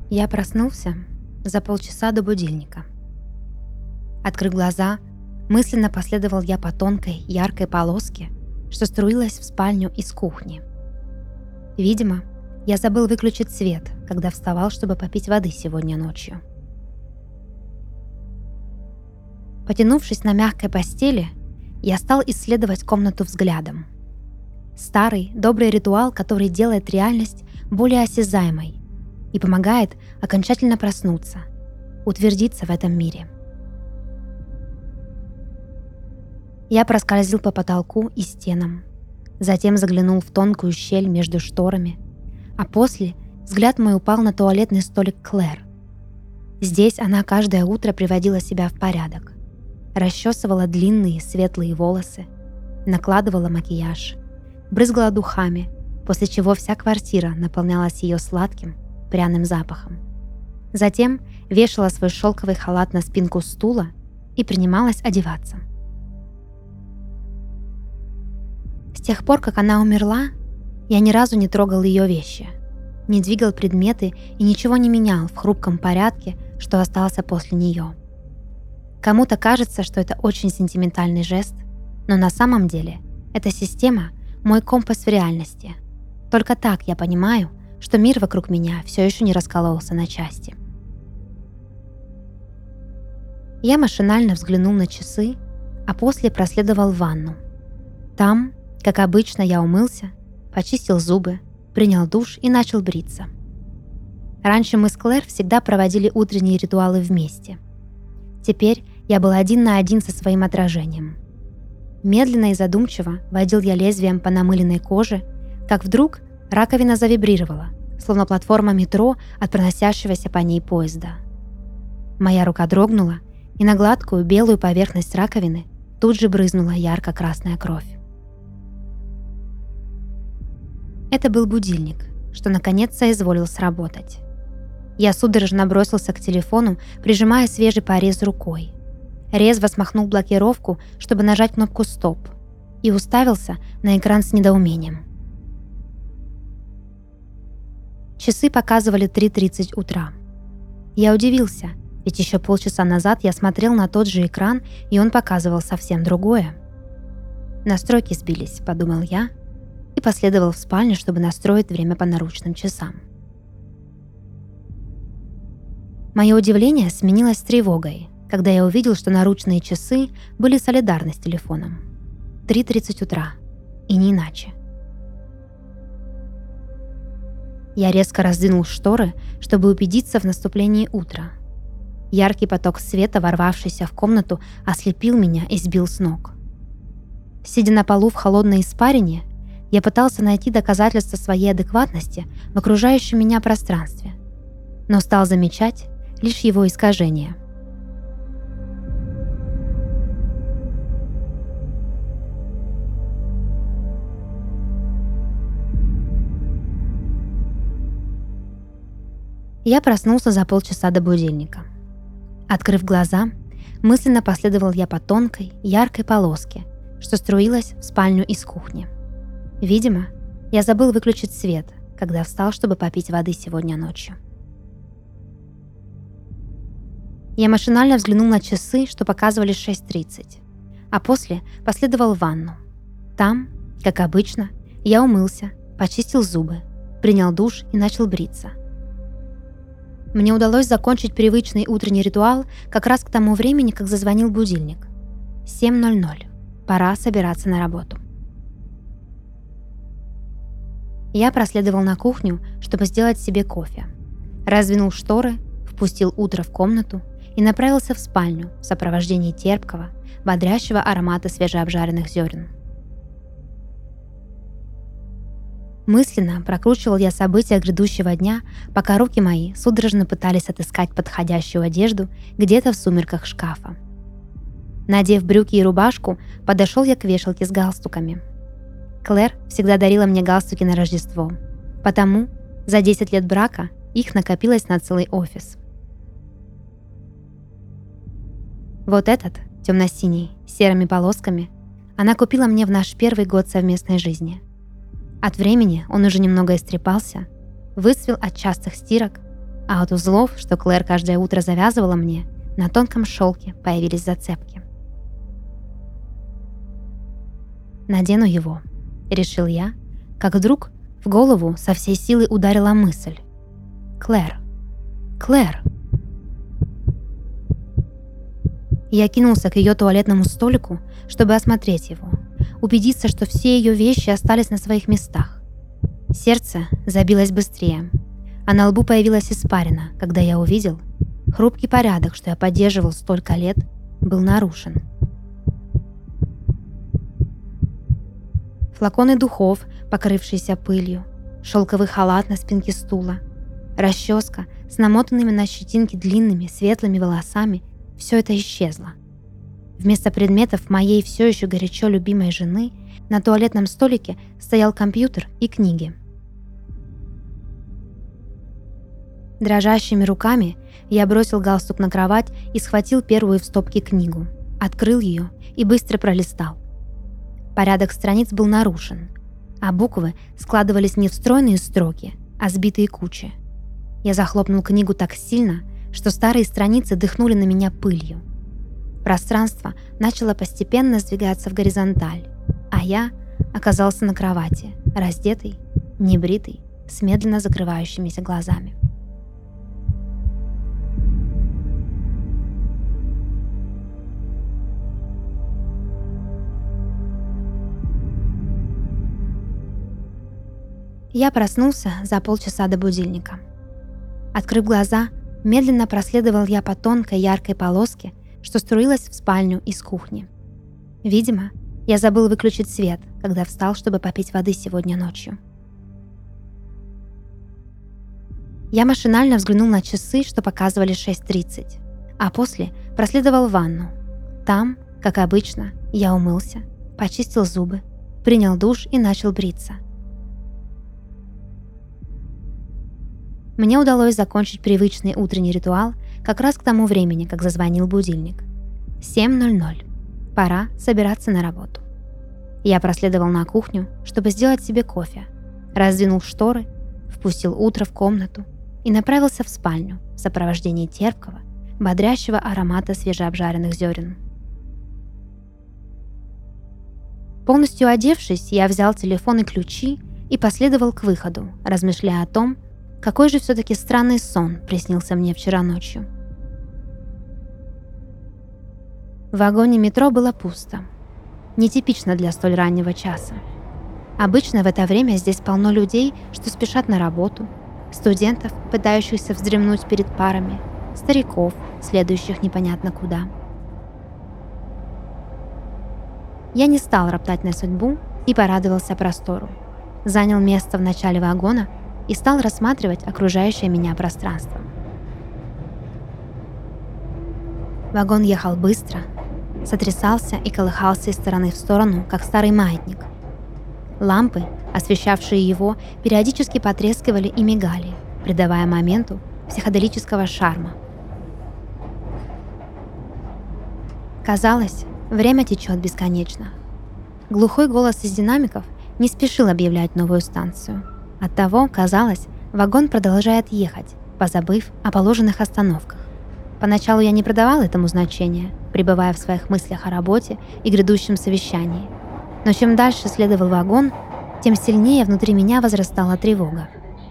Я проснулся за полчаса до будильника. Открыв глаза, мысленно последовал я по тонкой, яркой полоске, что струилась в спальню из кухни. Видимо, я забыл выключить свет, когда вставал, чтобы попить воды сегодня ночью. Потянувшись на мягкой постели, я стал исследовать комнату взглядом. Старый, добрый ритуал, который делает реальность более осязаемой и помогает окончательно проснуться, утвердиться в этом мире. Я проскользил по потолку и стенам, затем заглянул в тонкую щель между шторами, а после взгляд мой упал на туалетный столик Клэр. Здесь она каждое утро приводила себя в порядок, расчесывала длинные светлые волосы, накладывала макияж, брызгала духами, после чего вся квартира наполнялась ее сладким, пряным запахом. Затем вешала свой шелковый халат на спинку стула и принималась одеваться. С тех пор, как она умерла, я ни разу не трогал ее вещи, не двигал предметы и ничего не менял в хрупком порядке, что остался после нее. Кому-то кажется, что это очень сентиментальный жест, но на самом деле эта система – мой компас в реальности. Только так я понимаю, что мир вокруг меня все еще не раскололся на части. Я машинально взглянул на часы, а после проследовал в ванну. Там, как обычно, я умылся, почистил зубы, принял душ и начал бриться. Раньше мы с Клэр всегда проводили утренние ритуалы вместе. Теперь я был один на один со своим отражением. Медленно и задумчиво водил я лезвием по намыленной коже, как вдруг раковина завибрировала, словно платформа метро от проносящегося по ней поезда. Моя рука дрогнула, и на гладкую белую поверхность раковины тут же брызнула ярко-красная кровь. Это был будильник, что наконец соизволил сработать. Я судорожно бросился к телефону, прижимая свежий порез рукой. Резво смахнул блокировку, чтобы нажать кнопку «Стоп», и уставился на экран с недоумением. Часы показывали 3:30 утра. Я удивился, ведь еще полчаса назад я смотрел на тот же экран, и он показывал совсем другое. «Настройки сбились», — подумал я, и последовал в спальню, чтобы настроить время по наручным часам. Мое удивление сменилось тревогой, когда я увидел, что наручные часы были солидарны с телефоном. 3:30 утра, и не иначе. Я резко раздвинул шторы, чтобы убедиться в наступлении утра. Яркий поток света, ворвавшийся в комнату, ослепил меня и сбил с ног. Сидя на полу в холодной испарине, я пытался найти доказательства своей адекватности в окружающем меня пространстве, но стал замечать лишь его искажения. Я проснулся за полчаса до будильника. Открыв глаза, мысленно последовал я по тонкой, яркой полоске, что струилась в спальню из кухни. Видимо, я забыл выключить свет, когда встал, чтобы попить воды сегодня ночью. Я машинально взглянул на часы, что показывали 6:30, а после последовал в ванну. Там, как обычно, я умылся, почистил зубы, принял душ и начал бриться. Мне удалось закончить привычный утренний ритуал как раз к тому времени, как зазвонил будильник. 7:00. Пора собираться на работу. Я проследовал на кухню, чтобы сделать себе кофе. Раздвинул шторы, впустил утро в комнату и направился в спальню в сопровождении терпкого, бодрящего аромата свежеобжаренных зерен. Мысленно прокручивал я события грядущего дня, пока руки мои судорожно пытались отыскать подходящую одежду где-то в сумерках шкафа. Надев брюки и рубашку, подошел я к вешалке с галстуками. Клэр всегда дарила мне галстуки на Рождество, потому за 10 лет брака их накопилось на целый офис. Вот этот, темно-синий, с серыми полосками, она купила мне в наш первый год совместной жизни. От времени он уже немного истрепался, выцвел от частых стирок, а от узлов, что Клэр каждое утро завязывала мне, на тонком шелке появились зацепки. «Надену его», — решил я, как вдруг в голову со всей силы ударила мысль. «Клэр! Клэр!» Я кинулся к ее туалетному столику, чтобы осмотреть его, убедиться, что все ее вещи остались на своих местах. Сердце забилось быстрее, а на лбу появилась испарина, когда я увидел, хрупкий порядок, что я поддерживал столько лет, был нарушен. Флаконы духов, покрывшиеся пылью, шелковый халат на спинке стула, расческа с намотанными на щетинки длинными светлыми волосами — все это исчезло. Вместо предметов моей все еще горячо любимой жены на туалетном столике стоял компьютер и книги. Дрожащими руками я бросил галстук на кровать и схватил первую в стопке книгу, открыл ее и быстро пролистал. Порядок страниц был нарушен, а буквы складывались не в стройные строки, а сбитые кучи. Я захлопнул книгу так сильно, что старые страницы дыхнули на меня пылью. Пространство начало постепенно сдвигаться в горизонталь, а я оказался на кровати, раздетый, небритый, с медленно закрывающимися глазами. Я проснулся за полчаса до будильника. Открыв глаза, медленно проследовал я по тонкой яркой полоске, что струилась в спальню из кухни. Видимо, я забыл выключить свет, когда встал, чтобы попить воды сегодня ночью. Я машинально взглянул на часы, что показывали 6:30, а после проследовал в ванну. Там, как обычно, я умылся, почистил зубы, принял душ и начал бриться. Мне удалось закончить привычный утренний ритуал как раз к тому времени, как зазвонил будильник. 7:00. Пора собираться на работу. Я проследовал на кухню, чтобы сделать себе кофе, раздвинул шторы, впустил утро в комнату и направился в спальню в сопровождении терпкого, бодрящего аромата свежеобжаренных зерен. Полностью одевшись, я взял телефон и ключи и последовал к выходу, размышляя о том, какой же все-таки странный сон приснился мне вчера ночью. В вагоне метро было пусто. Нетипично для столь раннего часа. Обычно в это время здесь полно людей, что спешат на работу, студентов, пытающихся вздремнуть перед парами, стариков, следующих непонятно куда. Я не стал роптать на судьбу и порадовался простору. Занял место в начале вагона и стал рассматривать окружающее меня пространство. Вагон ехал быстро, сотрясался и колыхался из стороны в сторону, как старый маятник. Лампы, освещавшие его, периодически потрескивали и мигали, придавая моменту психоделического шарма. Казалось, время течет бесконечно. Глухой голос из динамиков не спешил объявлять новую станцию. Оттого, казалось, вагон продолжает ехать, позабыв о положенных остановках. Поначалу я не придавал этому значения, пребывая в своих мыслях о работе и грядущем совещании. Но чем дальше следовал вагон, тем сильнее внутри меня возрастала тревога.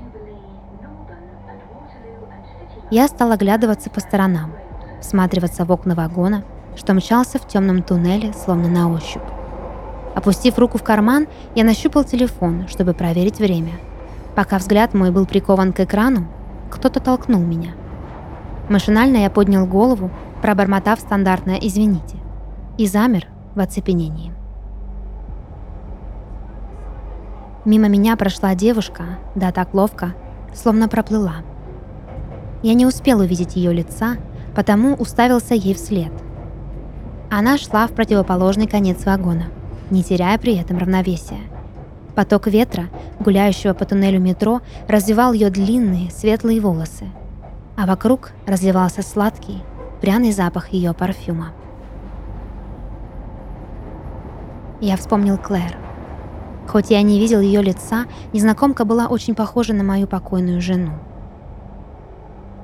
Я стал оглядываться по сторонам, всматриваться в окна вагона, что мчался в темном туннеле, словно на ощупь. Опустив руку в карман, я нащупал телефон, чтобы проверить время. Пока взгляд мой был прикован к экрану, кто-то толкнул меня. Машинально я поднял голову, пробормотав стандартное «извините», и замер в оцепенении. Мимо меня прошла девушка, да так ловко, словно проплыла. Я не успел увидеть ее лица, потому уставился ей вслед. Она шла в противоположный конец вагона, не теряя при этом равновесия. Поток ветра, гуляющего по туннелю метро, развивал ее длинные светлые волосы, а вокруг разливался сладкий, пряный запах ее парфюма. Я вспомнил Клэр. Хоть я не видел ее лица, незнакомка была очень похожа на мою покойную жену.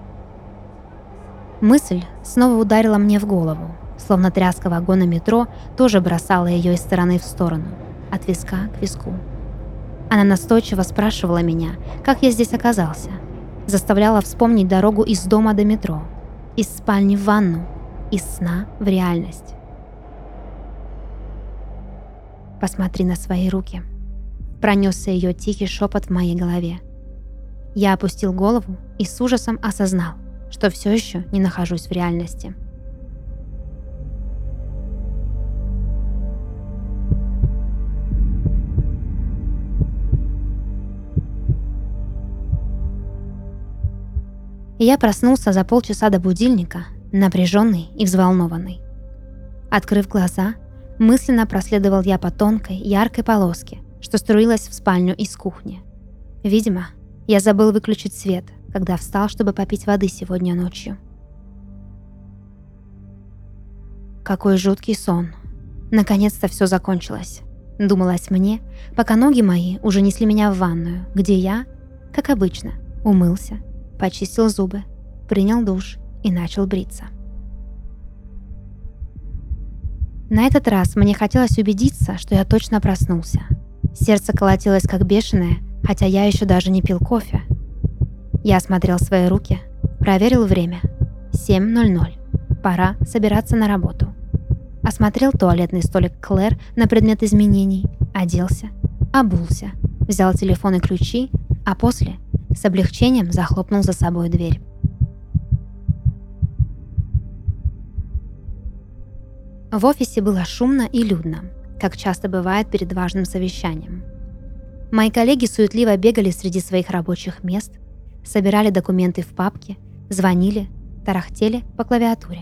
Мысль снова ударила мне в голову, словно тряска вагона метро тоже бросала ее из стороны в сторону, от виска к виску. Она настойчиво спрашивала меня, как я здесь оказался, заставляла вспомнить дорогу из дома до метро, из спальни в ванну, из сна в реальность. «Посмотри на свои руки», — пронесся ее тихий шепот в моей голове. Я опустил голову и с ужасом осознал, что все еще не нахожусь в реальности. Я проснулся за полчаса до будильника, напряженный и взволнованный. Открыв глаза, мысленно проследовал я по тонкой, яркой полоске, что струилась в спальню из кухни. Видимо, я забыл выключить свет, когда встал, чтобы попить воды сегодня ночью. Какой жуткий сон. Наконец-то все закончилось, думалось мне, пока ноги мои уже несли меня в ванную, где я, как обычно, умылся, почистил зубы, принял душ и начал бриться. На этот раз мне хотелось убедиться, что я точно проснулся. Сердце колотилось как бешеное, хотя я еще даже не пил кофе. Я осмотрел свои руки, проверил время. 7:00. Пора собираться на работу. Осмотрел туалетный столик Клэр на предмет изменений, оделся, обулся, взял телефон и ключи, а после с облегчением захлопнул за собой дверь. В офисе было шумно и людно, как часто бывает перед важным совещанием. Мои коллеги суетливо бегали среди своих рабочих мест, собирали документы в папки, звонили, тарахтели по клавиатуре.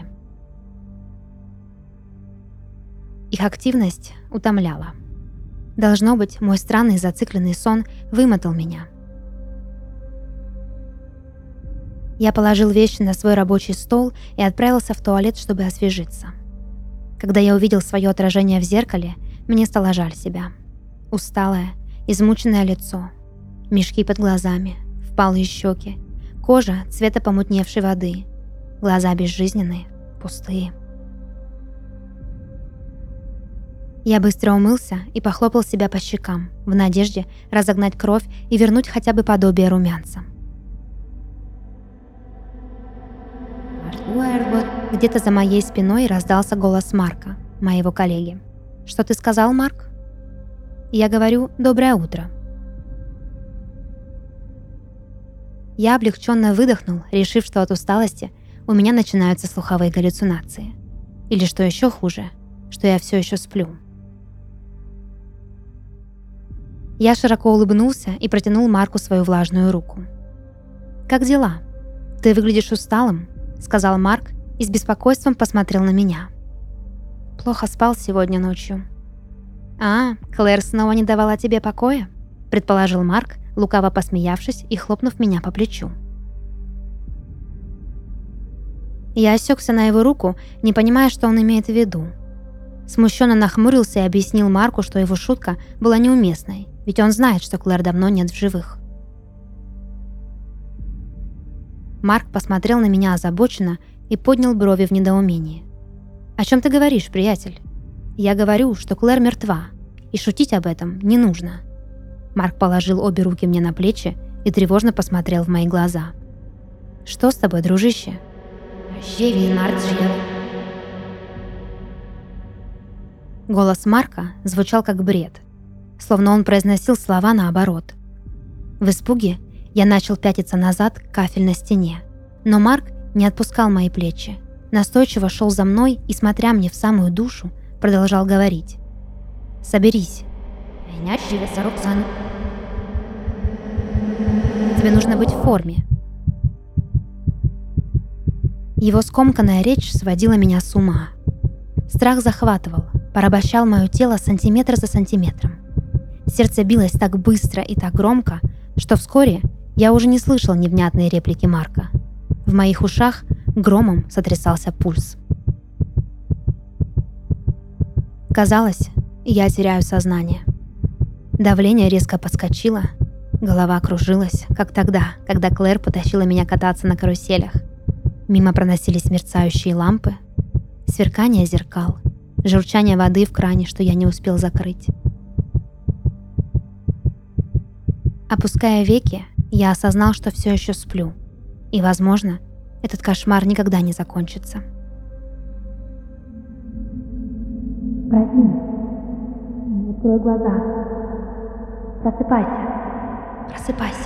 Их активность утомляла. Должно быть, мой странный зацикленный сон вымотал меня. Я положил вещи на свой рабочий стол и отправился в туалет, чтобы освежиться. Когда я увидел свое отражение в зеркале, мне стало жаль себя. Усталое, измученное лицо, мешки под глазами, впалые щеки, кожа цвета помутневшей воды, глаза безжизненные, пустые. Я быстро умылся и похлопал себя по щекам, в надежде разогнать кровь и вернуть хотя бы подобие румянца. Где-то за моей спиной раздался голос Марка, моего коллеги. «Что ты сказал, Марк?» Я говорю: «Доброе утро». Я облегченно выдохнул, решив, что от усталости у меня начинаются слуховые галлюцинации. Или что еще хуже, что я все еще сплю. Я широко улыбнулся и протянул Марку свою влажную руку. «Как дела? Ты выглядишь усталым», — сказал Марк и с беспокойством посмотрел на меня. «Плохо спал сегодня ночью». «А, Клэр снова не давала тебе покоя?» — предположил Марк, лукаво посмеявшись и хлопнув меня по плечу. Я осекся на его руку, не понимая, что он имеет в виду. Смущенно нахмурился и объяснил Марку, что его шутка была неуместной, ведь он знает, что Клэр давно нет в живых. Марк посмотрел на меня озабоченно и поднял брови в недоумении. «О чем ты говоришь, приятель?» «Я говорю, что Клэр мертва, и шутить об этом не нужно». Марк положил обе руки мне на плечи и тревожно посмотрел в мои глаза. «Что с тобой, дружище?» Голос Марка звучал как бред, словно он произносил слова наоборот. В испуге я начал пятиться назад к кафельной стене, но Марк не отпускал мои плечи, настойчиво шел за мной и, смотря мне в самую душу, продолжал говорить. «Соберись. Тебе нужно быть в форме». Его скомканная речь сводила меня с ума. Страх захватывал, порабощал мое тело сантиметр за сантиметром. Сердце билось так быстро и так громко, что вскоре я уже не слышал невнятные реплики Марка. В моих ушах громом сотрясался пульс. Казалось, я теряю сознание. Давление резко подскочило, голова кружилась, как тогда, когда Клэр потащила меня кататься на каруселях. Мимо проносились мерцающие лампы, сверкание зеркал, журчание воды в кране, что я не успел закрыть. Опуская веки, я осознал, что все еще сплю, и, возможно, этот кошмар никогда не закончится. Проснись. Открой глаза. Просыпайся. Просыпайся.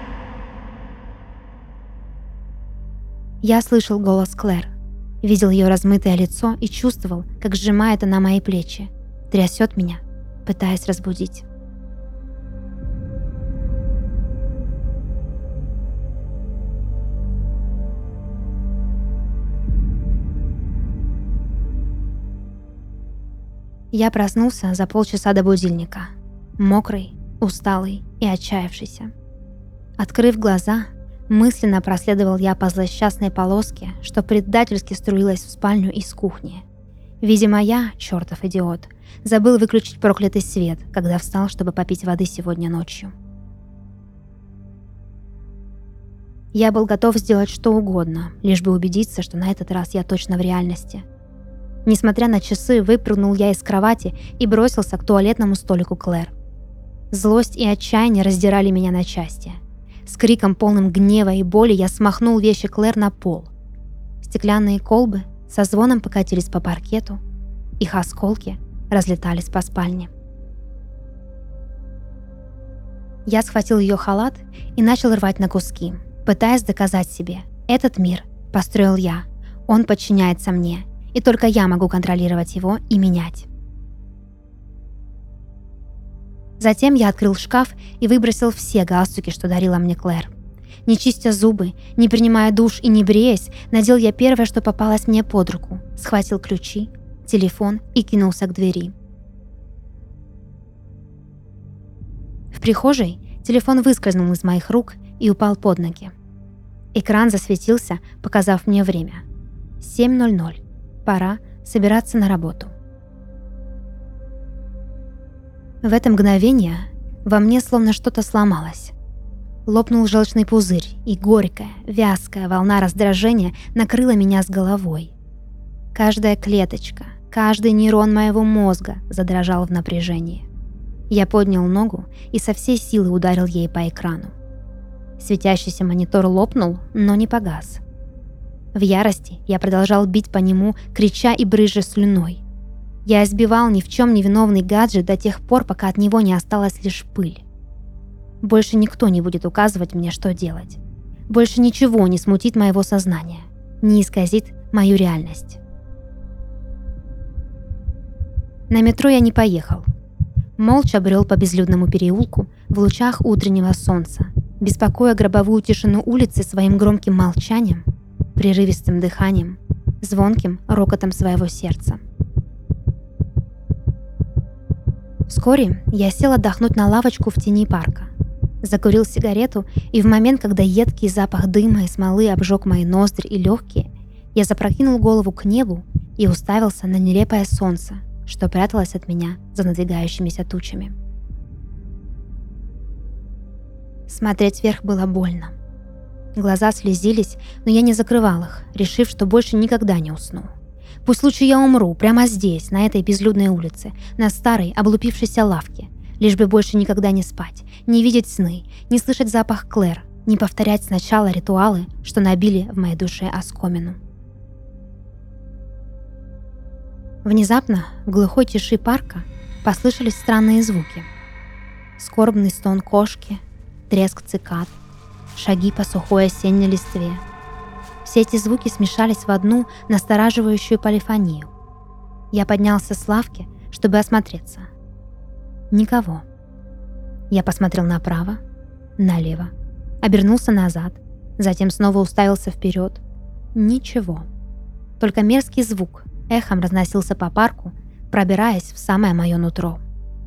Я слышал голос Клэр, видел ее размытое лицо и чувствовал, как сжимает она мои плечи, трясет меня, пытаясь разбудить. Я проснулся за полчаса до будильника, мокрый, усталый и отчаявшийся. Открыв глаза, мысленно проследовал я по злосчастной полоске, что предательски струилась в спальню из кухни. Видимо, я, чертов идиот, забыл выключить проклятый свет, когда встал, чтобы попить воды сегодня ночью. Я был готов сделать что угодно, лишь бы убедиться, что на этот раз я точно в реальности. Несмотря на часы, выпрыгнул я из кровати и бросился к туалетному столику Клэр. Злость и отчаяние раздирали меня на части. С криком, полным гнева и боли, я смахнул вещи Клэр на пол. Стеклянные колбы со звоном покатились по паркету, их осколки разлетались по спальне. Я схватил ее халат и начал рвать на куски, пытаясь доказать себе: этот мир построил я, он подчиняется мне, и только я могу контролировать его и менять. Затем я открыл шкаф и выбросил все галстуки, что дарила мне Клэр. Не чистя зубы, не принимая душ и не бреясь, надел я первое, что попалось мне под руку, схватил ключи, телефон и кинулся к двери. В прихожей телефон выскользнул из моих рук и упал под ноги. Экран засветился, показав мне время. 7:00. Пора собираться на работу. В это мгновение во мне словно что-то сломалось. Лопнул желчный пузырь, и горькая, вязкая волна раздражения накрыла меня с головой. Каждая клеточка, каждый нейрон моего мозга задрожал в напряжении. Я поднял ногу и со всей силы ударил ей по экрану. Светящийся монитор лопнул, но не погас. В ярости я продолжал бить по нему, крича и брызжа слюной. Я избивал ни в чем не виновный гаджет до тех пор, пока от него не осталась лишь пыль. Больше никто не будет указывать мне, что делать. Больше ничего не смутит моего сознания, не исказит мою реальность. На метро я не поехал. Молча брел по безлюдному переулку в лучах утреннего солнца, беспокоя гробовую тишину улицы своим громким молчанием, прерывистым дыханием, звонким рокотом своего сердца. Вскоре я сел отдохнуть на лавочку в тени парка, закурил сигарету, и в момент, когда едкий запах дыма и смолы обжег мои ноздри и легкие, я запрокинул голову к небу и уставился на нелепое солнце, что пряталось от меня за надвигающимися тучами. Смотреть вверх было больно. Глаза слезились, но я не закрывал их, решив, что больше никогда не усну. Пусть лучше я умру прямо здесь, на этой безлюдной улице, на старой облупившейся лавке, лишь бы больше никогда не спать, не видеть сны, не слышать запах Клэр, не повторять сначала ритуалы, что набили в моей душе оскомину. Внезапно в глухой тиши парка послышались странные звуки. Скорбный стон кошки, треск цикад, шаги по сухой осенней листве. Все эти звуки смешались в одну настораживающую полифонию. Я поднялся с лавки, чтобы осмотреться. Никого. Я посмотрел направо, налево, обернулся назад, затем снова уставился вперед. Ничего. Только мерзкий звук эхом разносился по парку, пробираясь в самое мое нутро.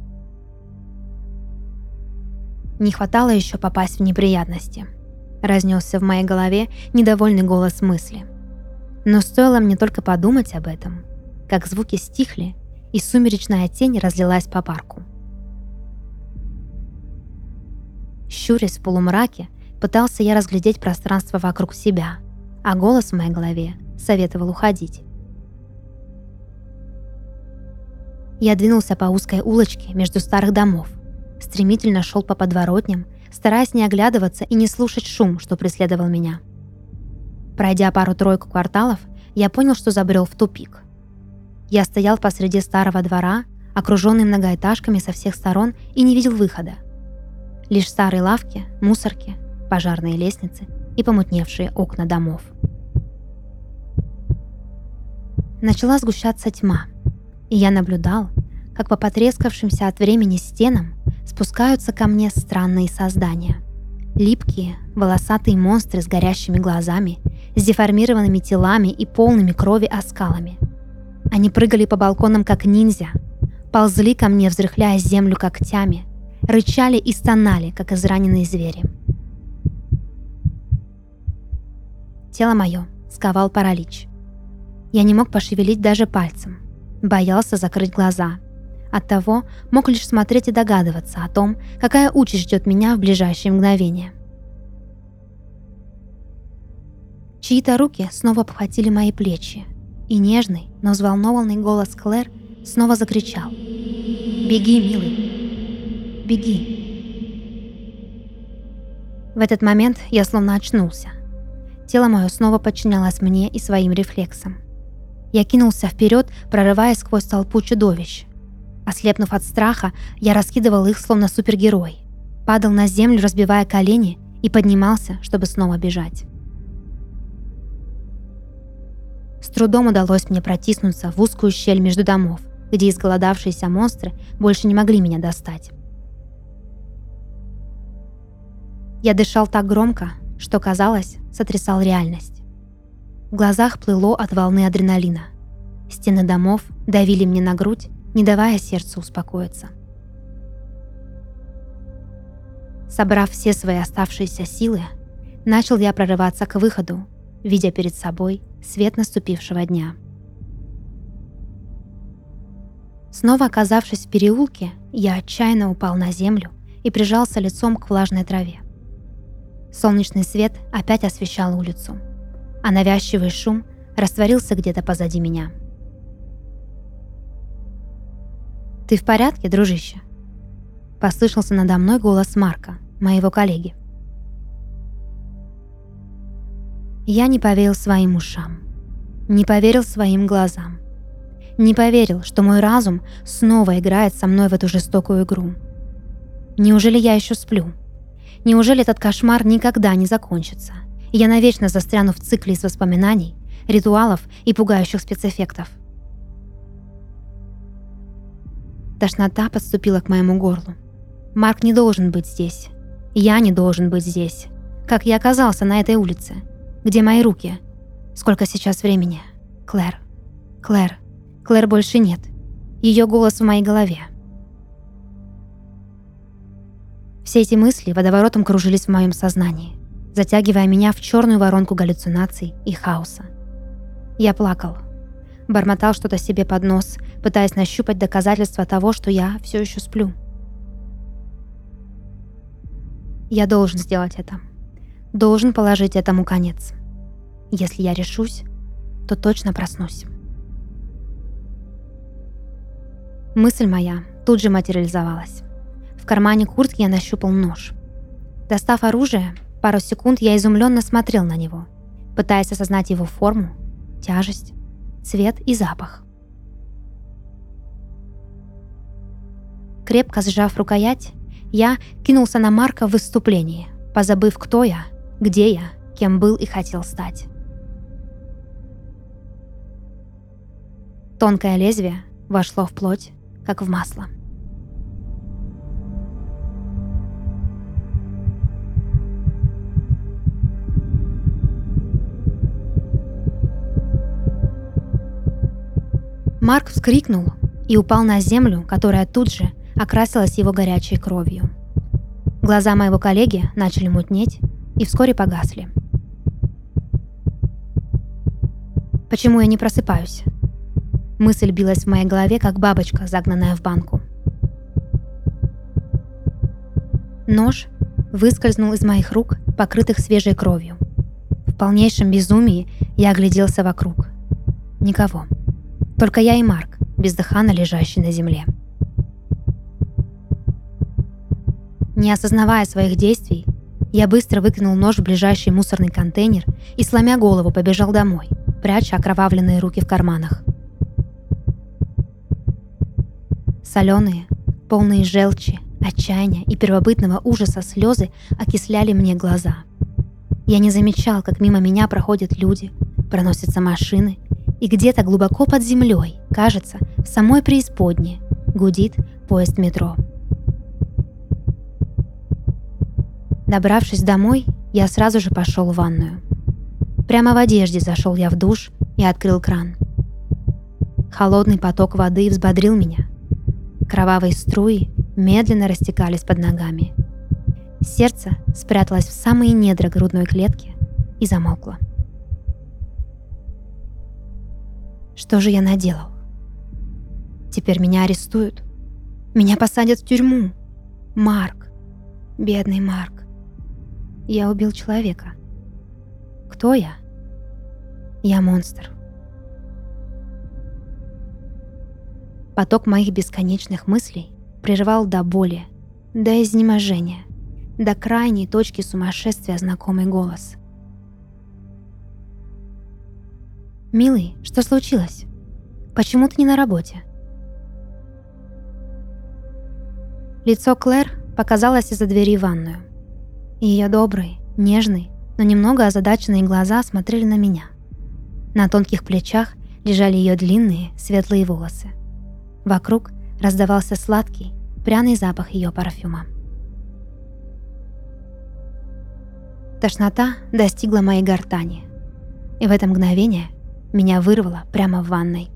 Не хватало еще попасть в неприятности. Разнесся в моей голове недовольный голос мысли. Но стоило мне только подумать об этом, как звуки стихли, и сумеречная тень разлилась по парку. Щурясь в полумраке, пытался я разглядеть пространство вокруг себя, а голос в моей голове советовал уходить. Я двинулся по узкой улочке между старых домов, стремительно шел по подворотням, стараясь не оглядываться и не слушать шум, что преследовал меня. Пройдя пару-тройку кварталов, я понял, что забрел в тупик. Я стоял посреди старого двора, окруженный многоэтажками со всех сторон, и не видел выхода. Лишь старые лавки, мусорки, пожарные лестницы и помутневшие окна домов. Начала сгущаться тьма, и я наблюдал, как по потрескавшимся от времени стенам спускаются ко мне странные создания. Липкие, волосатые монстры с горящими глазами, с деформированными телами и полными крови оскалами. Они прыгали по балконам как ниндзя, ползли ко мне, взрыхляя землю когтями, рычали и стонали, как израненные звери. Тело мое сковал паралич. Я не мог пошевелить даже пальцем, боялся закрыть глаза. Оттого мог лишь смотреть и догадываться о том, какая участь ждет меня в ближайшие мгновения. Чьи-то руки снова обхватили мои плечи, и нежный, но взволнованный голос Клэр снова закричал: «Беги, милый, беги!» В этот момент я словно очнулся. Тело мое снова подчинялось мне и своим рефлексам. Я кинулся вперед, прорываясь сквозь толпу чудовищ. Ослепнув от страха, я раскидывал их, словно супергерой, падал на землю, разбивая колени, и поднимался, чтобы снова бежать. С трудом удалось мне протиснуться в узкую щель между домов, где изголодавшиеся монстры больше не могли меня достать. Я дышал так громко, что, казалось, сотрясал реальность. В глазах плыло от волны адреналина. Стены домов давили мне на грудь, не давая сердцу успокоиться. Собрав все свои оставшиеся силы, начал я прорываться к выходу, видя перед собой свет наступившего дня. Снова оказавшись в переулке, я отчаянно упал на землю и прижался лицом к влажной траве. Солнечный свет опять освещал улицу, а навязчивый шум растворился где-то позади меня. «Ты в порядке, дружище?» Послышался надо мной голос Марка, моего коллеги. Я не поверил своим ушам, не поверил своим глазам, не поверил, что мой разум снова играет со мной в эту жестокую игру. Неужели я еще сплю? Неужели этот кошмар никогда не закончится, и я навечно застряну в цикле из воспоминаний, ритуалов и пугающих спецэффектов? Тошнота подступила к моему горлу. Марк не должен быть здесь. Я не должен быть здесь. Как я оказался на этой улице? Где мои руки? Сколько сейчас времени? Клэр. Клэр больше нет. Ее голос в моей голове. Все эти мысли водоворотом кружились в моем сознании, затягивая меня в черную воронку галлюцинаций и хаоса. Я плакал. Бормотал что-то себе под нос, пытаясь нащупать доказательства того, что я все еще сплю. Я должен сделать это. Должен положить этому конец. Если я решусь, то точно проснусь. Мысль моя тут же материализовалась. В кармане куртки я нащупал нож. Достав оружие, пару секунд я изумленно смотрел на него, пытаясь осознать его форму, тяжесть, цвет и запах. Крепко сжав рукоять, я кинулся на Марка в выступлении, позабыв, кто я, где я, кем был и хотел стать. Тонкое лезвие вошло в плоть, как в масло. Марк вскрикнул и упал на землю, которая тут же окрасилась его горячей кровью. Глаза моего коллеги начали мутнеть и вскоре погасли. Почему я не просыпаюсь? Мысль билась в моей голове, как бабочка, загнанная в банку. Нож выскользнул из моих рук, покрытых свежей кровью. В полнейшем безумии я огляделся вокруг. Никого. Только я и Марк, бездыханно лежащий на земле. Не осознавая своих действий, я быстро выкинул нож в ближайший мусорный контейнер и, сломя голову, побежал домой, пряча окровавленные руки в карманах. Соленые, полные желчи, отчаяния и первобытного ужаса слезы окисляли мне глаза. Я не замечал, как мимо меня проходят люди, проносятся машины, и где-то глубоко под землей, кажется, в самой преисподней, гудит поезд метро. Добравшись домой, я сразу же пошел в ванную. Прямо в одежде зашел я в душ и открыл кран. Холодный поток воды взбодрил меня. Кровавые струи медленно растекались под ногами. Сердце спряталось в самые недра грудной клетки и замолкло. Что же я наделал? Теперь меня арестуют. Меня посадят в тюрьму. Марк. Бедный Марк. Я убил человека. Кто я? Я монстр. Поток моих бесконечных мыслей прерывал до боли, до изнеможения, до крайней точки сумасшествия знакомый голос. «Милый, что случилось? Почему ты не на работе?» Лицо Клэр показалось из-за двери в ванную. Ее добрые, нежные, но немного озадаченные глаза смотрели на меня. На тонких плечах лежали ее длинные, светлые волосы. Вокруг раздавался сладкий, пряный запах ее парфюма. Тошнота достигла моей гортани, и в это мгновение меня вырвало прямо в ванной.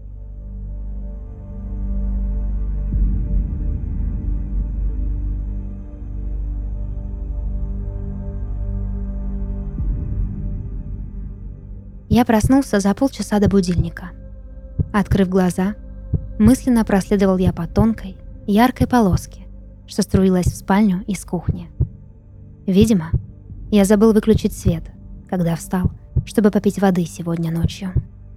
Я проснулся за полчаса до будильника. Открыв глаза, мысленно проследовал я по тонкой, яркой полоске, что струилась в спальню из кухни. Видимо, я забыл выключить свет, когда встал, чтобы попить воды сегодня ночью.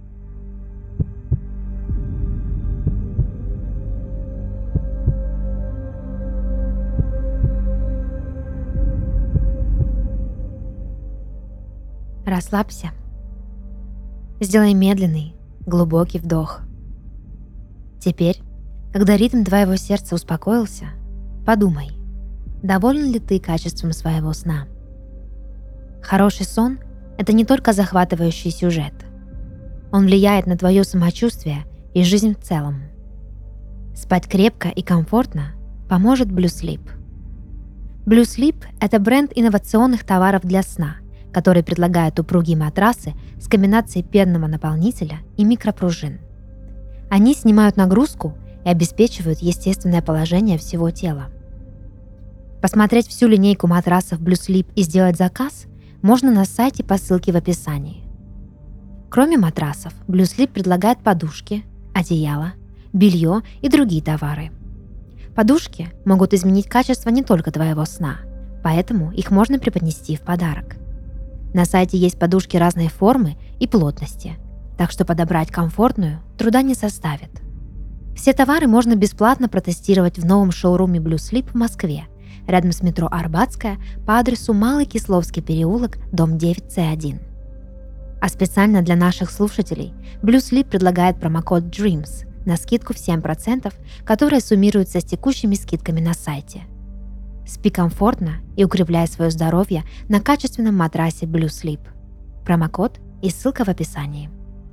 Расслабься. Сделай медленный, глубокий вдох. Теперь, когда ритм твоего сердца успокоился, подумай, доволен ли ты качеством своего сна. Хороший сон – это не только захватывающий сюжет. Он влияет на твое самочувствие и жизнь в целом. Спать крепко и комфортно поможет Blue Sleep. Blue Sleep – это бренд инновационных товаров для сна, который предлагает упругие матрасы с комбинацией пенного наполнителя и микропружин. Они снимают нагрузку и обеспечивают естественное положение всего тела. Посмотреть всю линейку матрасов Blue Sleep и сделать заказ можно на сайте по ссылке в описании. Кроме матрасов, Blue Sleep предлагает подушки, одеяло, белье и другие товары. Подушки могут изменить качество не только твоего сна, поэтому их можно преподнести в подарок. На сайте есть подушки разной формы и плотности, так что подобрать комфортную труда не составит. Все товары можно бесплатно протестировать в новом шоуруме Blue Sleep в Москве, рядом с метро Арбатская по адресу Малый Кисловский переулок, дом 9С1. А специально для наших слушателей Blue Sleep предлагает промокод DREAMS на скидку в 7%, которая суммируется с текущими скидками на сайте. Спи комфортно и укрепляй свое здоровье на качественном матрасе Blue Sleep. Промокод и ссылка в описании.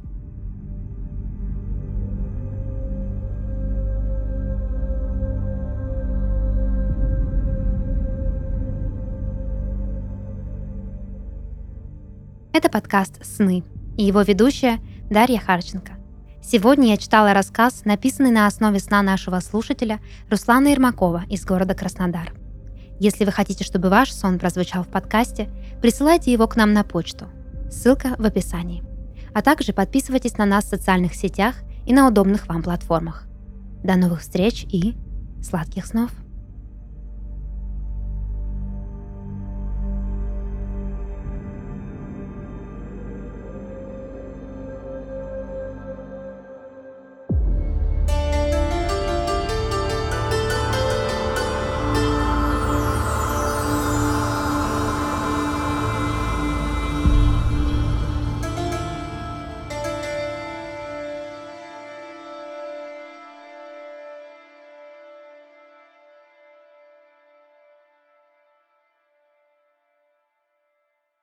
Это подкаст «Сны» и его ведущая Дарья Харченко. Сегодня я читала рассказ, написанный на основе сна нашего слушателя Руслана Ермакова из города Краснодар. Если вы хотите, чтобы ваш сон прозвучал в подкасте, присылайте его к нам на почту. Ссылка в описании. А также подписывайтесь на нас в социальных сетях и на удобных вам платформах. До новых встреч и сладких снов!